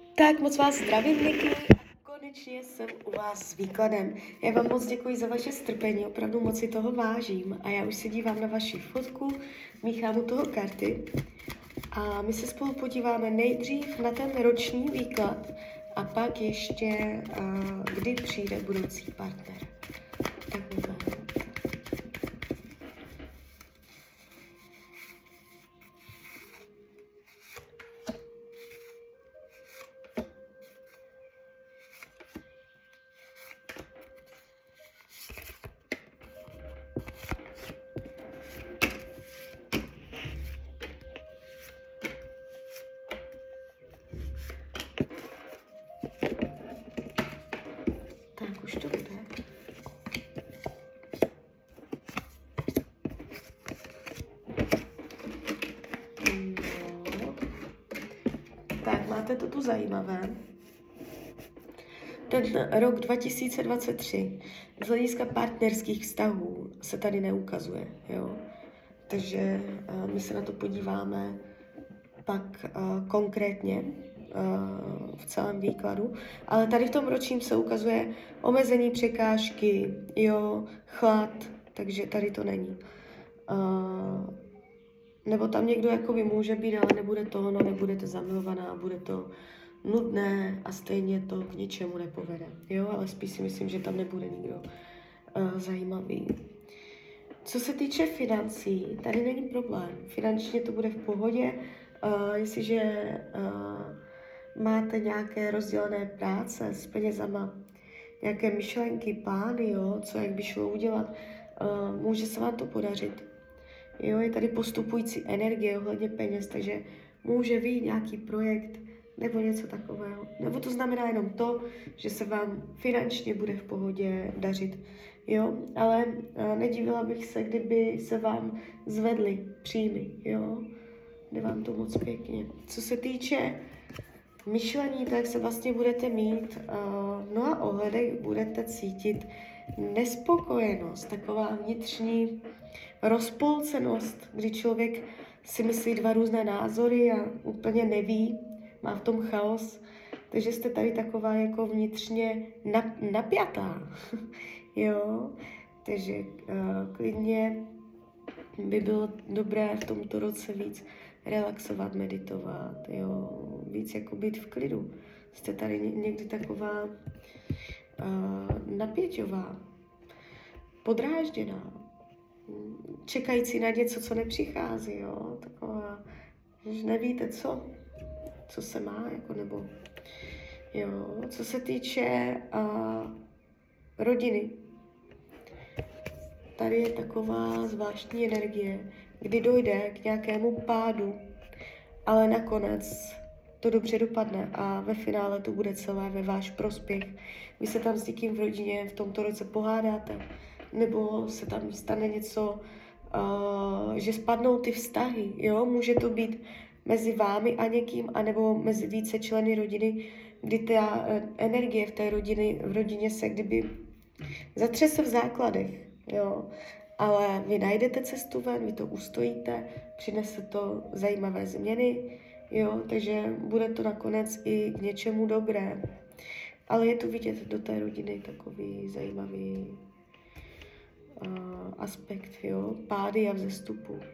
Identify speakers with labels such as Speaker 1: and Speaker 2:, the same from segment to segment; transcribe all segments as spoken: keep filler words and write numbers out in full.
Speaker 1: Tak moc vás zdravím, Niky. A konečně jsem u vás s výkladem. Já vám moc děkuji za vaše strpení, opravdu moc si toho vážím. A já už se dívám na vaši fotku, míchám u toho karty. A my se spolu podíváme nejdřív na ten roční výklad a pak ještě, uh, kdy přijde budoucí partner. Tak moment. Tak už to bude. No. Tak, máte to tu zajímavé. Ten rok dva tisíce dvacet tři z hlediska partnerských vztahů se tady neukazuje, jo? Takže uh, my se na to podíváme pak uh, konkrétně uh, v celém výkladu. Ale tady v tom ročním se ukazuje omezení překážky, jo, chlad, takže tady to není. Uh, nebo tam někdo jakoby může být, ale nebude to, no nebudete zamilovaná, bude to nudné a stejně to k ničemu nepovede. Jo, ale spíš si myslím, že tam nebude nikdo uh, zajímavý. Co se týče financí, tady není problém. Finančně to bude v pohodě. Uh, jestliže uh, máte nějaké rozdělené práce s penězama, nějaké myšlenky, plány, jo, co jak by šlo udělat, uh, může se vám to podařit. Jo, je tady postupující energie ohledně peněz, takže může vyjít nějaký projekt nebo něco takového. Nebo to znamená jenom to, že se vám finančně bude v pohodě dařit. Jo, ale uh, nedivila bych se, kdyby se vám zvedly příjmy, jo. Jde vám to moc pěkně. Co se týče myšlení, tak se vlastně budete mít uh, v mnoha ohledech budete cítit nespokojenost, taková vnitřní rozpolcenost, kdy člověk si myslí dva různé názory a úplně neví, má v tom chaos, takže jste tady taková jako vnitřně nap- napjatá, jo, takže uh, klidně by bylo dobré v tomto roce víc relaxovat, meditovat, jo, víc jako být v klidu. Jste tady někdy taková uh, napěťová, podrážděná, čekající na něco, co nepřichází, jo, taková, že nevíte co, co se má, jako nebo, jo, co se týče uh, rodiny. Tady je taková zvláštní energie, kdy dojde k nějakému pádu, ale nakonec to dobře dopadne a ve finále to bude celé ve váš prospěch. Vy se tam s někým v rodině v tomto roce pohádáte, nebo se tam stane něco, uh, že spadnou ty vztahy, jo? Může to být mezi vámi a někým, anebo mezi více členy rodiny, kdy ta uh, energie v té rodiny, v rodině se kdyby zatřese v základech, jo? Ale vy najdete cestu ven, vy to ustojíte, přinese to zajímavé změny, jo? Takže bude to nakonec i k něčemu dobré. Ale je to vidět do té rodiny takový zajímavý uh, aspekt, jo? Pády a vzestupu. Uh,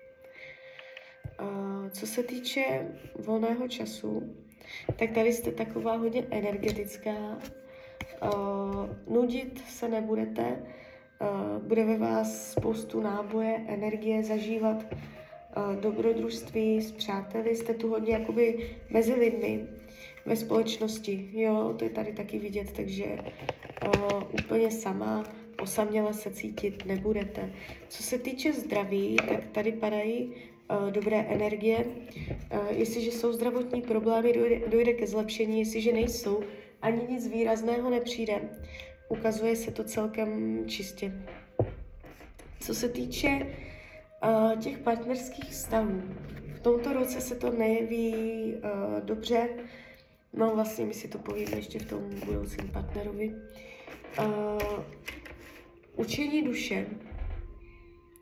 Speaker 1: co se týče volného času, tak tady jste taková hodně energetická. Uh, nudit se nebudete, uh, bude ve vás spoustu náboje, energie, zažívat uh, dobrodružství s přáteli, jste tu hodně jakoby mezi lidmi ve společnosti, jo, to je tady taky vidět, takže uh, úplně sama, osaměle se cítit nebudete. Co se týče zdraví, tak tady padají uh, dobré energie, uh, jestliže jsou zdravotní problémy, dojde, dojde ke zlepšení, jestliže nejsou, ani nic výrazného nepřijde. Ukazuje se to celkem čistě. Co se týče uh, těch partnerských vztahů, v tomto roce se to nejeví uh, dobře. No vlastně my si to povíme ještě v tom budoucím partnerovi. Uh, učení duše.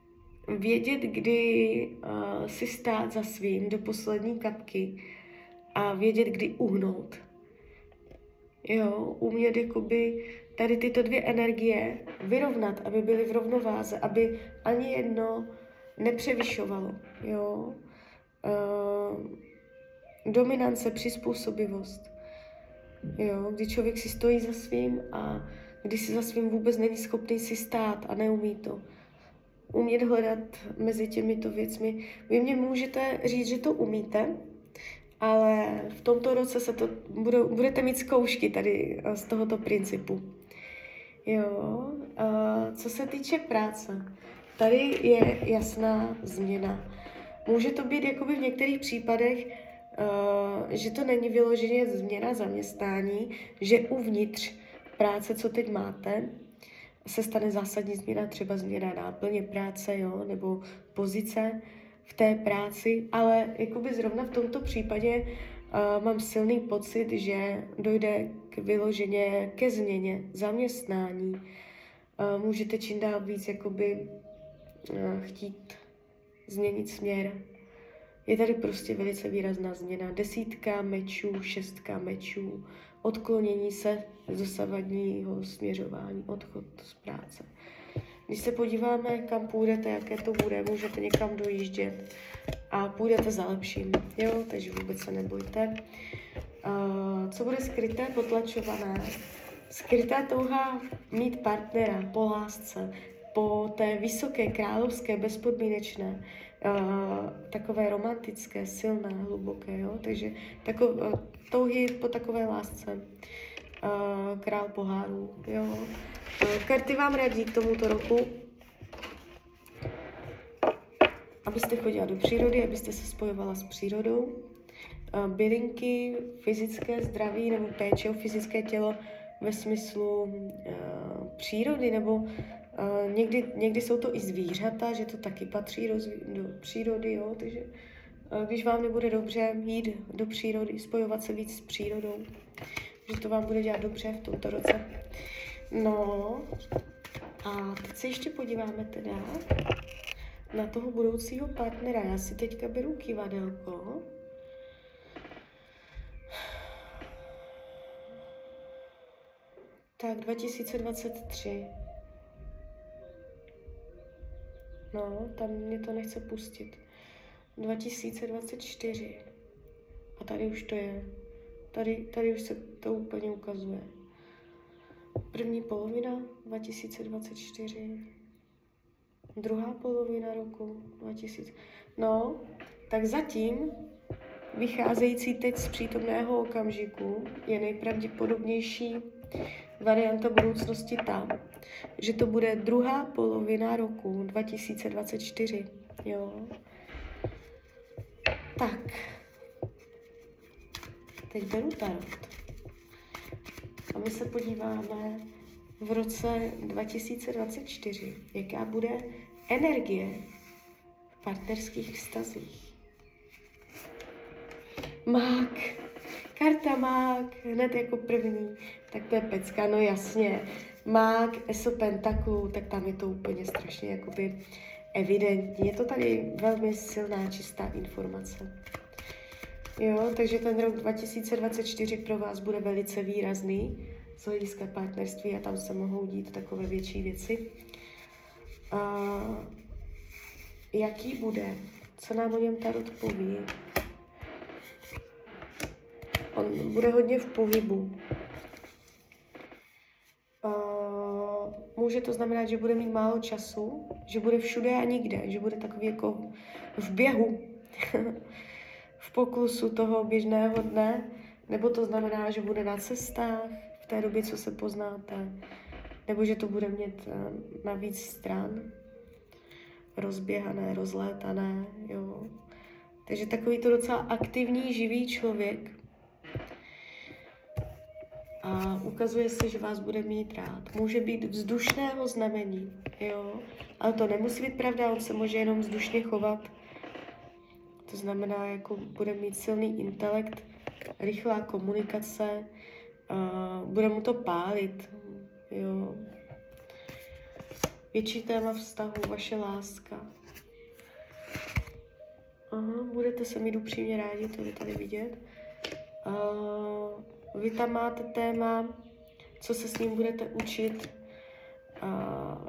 Speaker 1: Vědět, kdy uh, si stát za svým do poslední kapky. a vědět, kdy uhnout. Jo, umět jakoby tady tyto dvě energie vyrovnat, aby byly v rovnováze, aby ani jedno nepřevyšovalo. Jo. Uh, dominance, přizpůsobivost. Jo, kdy člověk si stojí za svým a když si za svým vůbec není schopný si stát a neumí to. Umět hledat mezi těmito věcmi. Vy mě můžete říct, že to umíte, ale v tomto roce se to budou, budete mít zkoušky tady z tohoto principu. Jo, a co se týče práce, tady je jasná změna. Může to být jakoby v některých případech, uh, že to není vyloženě změna zaměstnání, že uvnitř práce, co teď máte, se stane zásadní změna, třeba změna náplně práce, jo, nebo pozice v té práci, ale jakoby zrovna v tomto případě uh, mám silný pocit, že dojde k vyloženě ke změně zaměstnání. Uh, můžete čím dál víc jakoby uh, chtít změnit směr. Je tady prostě velice výrazná změna. Desítka mečů, šestka mečů, odklonění se z dosavadního směřování, odchod z práce. Když se podíváme, kam půjdete, jaké to bude, můžete někam dojíždět a půjdete za lepším, jo, takže vůbec se nebojte. Uh, co bude skryté, potlačované? Skrytá touha mít partnera po lásce, po té vysoké, královské, bezpodmínečné, uh, takové romantické, silné, hluboké, jo, takže takové, uh, touhy po takové lásce. Uh, král pohárů, jo. Uh, karty vám radí k tomuto roku, abyste chodila do přírody, abyste se spojovala s přírodou. Uh, bylinky, fyzické zdraví nebo péče o fyzické tělo ve smyslu uh, přírody, nebo uh, někdy, někdy jsou to i zvířata, že to taky patří do, do přírody, jo, takže uh, když vám nebude dobře jít do přírody, spojovat se víc s přírodou, že to vám bude dělat dobře v tomto roce. No a teď se ještě podíváme teda na toho budoucího partnera. Já si teďka beru kivadelko. Tak, dva tisíce dvacet tři. No, tam mě to nechce pustit. dva tisíce dvacet čtyři. A tady už to je. Tady, tady už se to úplně ukazuje. První polovina dva tisíce dvacet čtyři. Druhá polovina roku dva tisíce. No, tak zatím vycházející teď z přítomného okamžiku je nejpravděpodobnější varianta budoucnosti tam, že to bude druhá polovina roku dva tisíce dvacet čtyři. Jo. Tak. Teď beru tarot. A my se podíváme v roce dva tisíce dvacet čtyři, jaká bude energie v partnerských vztazích. Mák. Karta mák, hned jako první. Tak to je pecka, no jasně. Mák, eso pentaklů, tak tam je to úplně strašně jakoby evidentní. Je to tady velmi silná, čistá informace. Jo, takže ten rok dva tisíce dvacet čtyři pro vás bude velice výrazný z hlediska partnerství a tam se mohou dít takové větší věci. A jaký bude? Co nám o něm tarot poví? On bude hodně v pohybu. Uh, může to znamenat, že bude mít málo času, že bude všude a nikde, že bude takový jako v běhu, v poklusu toho běžného dne, nebo to znamená, že bude na cestách v té době, co se poznáte, nebo že to bude mít uh, na víc stran, rozběhané, rozlétané, jo. Takže takový to docela aktivní, živý člověk. A ukazuje se, že vás bude mít rád. Může být vzdušného znamení, jo. Ale to nemusí být pravda, on se může jenom vzdušně chovat. To znamená, jako bude mít silný intelekt, rychlá komunikace, uh, bude mu to pálit, jo. Větší téma vztahu, vaše láska. Aha, budete se mít upřímně rádi, to je tady vidět. Uh, vy tam máte téma, co se s ním budete učit, uh,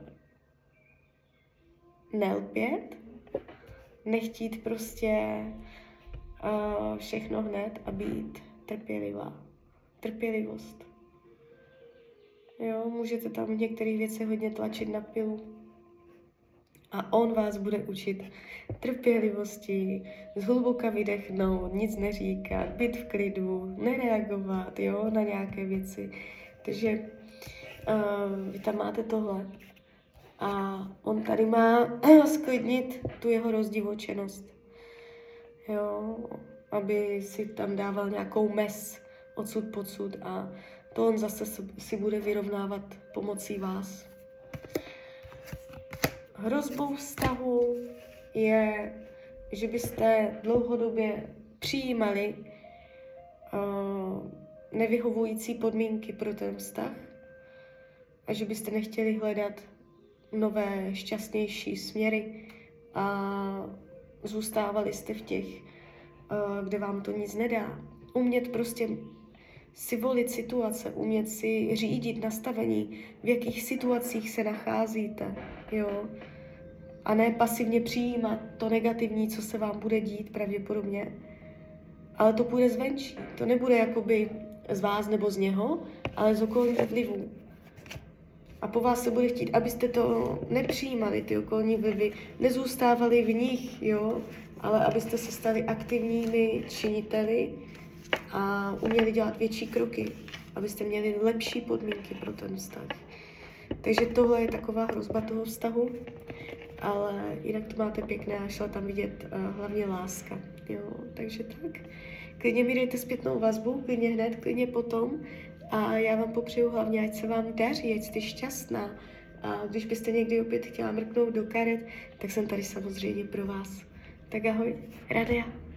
Speaker 1: nelpět, nechtít prostě uh, všechno hned a být trpělivá. Trpělivost. Jo, můžete tam v některých věcech hodně tlačit na pilu. A on vás bude učit trpělivosti, zhluboka vydechnout, nic neříkat, být v klidu, nereagovat, jo, na nějaké věci. Takže uh, vy tam máte tohle. A on tady má sklidnit tu jeho rozdivočenost. Jo, aby si tam dával nějakou mez odsud pocud a to on zase si bude vyrovnávat pomocí vás. Hrozbou vztahu je, že byste dlouhodobě přijímali uh, nevyhovující podmínky pro ten vztah a že byste nechtěli hledat nové, šťastnější směry a zůstávali jste v těch, uh, kde vám to nic nedá. Umět prostě si volit situace, umět si řídit nastavení, v jakých situacích se nacházíte, jo. A ne pasivně přijímat to negativní, co se vám bude dít pravděpodobně. Ale to půjde zvenčí. To nebude jakoby z vás nebo z něho, ale z okolních vlivů. A po vás se bude chtít, abyste to nepřijímali, ty okolní vlivy, nezůstávali v nich, jo, ale abyste se stali aktivními činiteli a uměli dělat větší kroky, abyste měli lepší podmínky pro ten vztah. Takže tohle je taková hrozba toho vztahu, ale jinak to máte pěkné a šla tam vidět uh, hlavně láska. Jo? Takže tak, klidně mi dejte zpětnou vazbu, klidně hned, klidně potom a já vám popřeju hlavně, ať se vám daří, ať jste šťastná. A když byste někdy opět chtěla mrknout do karet, tak jsem tady samozřejmě pro vás. Tak ahoj, Radia.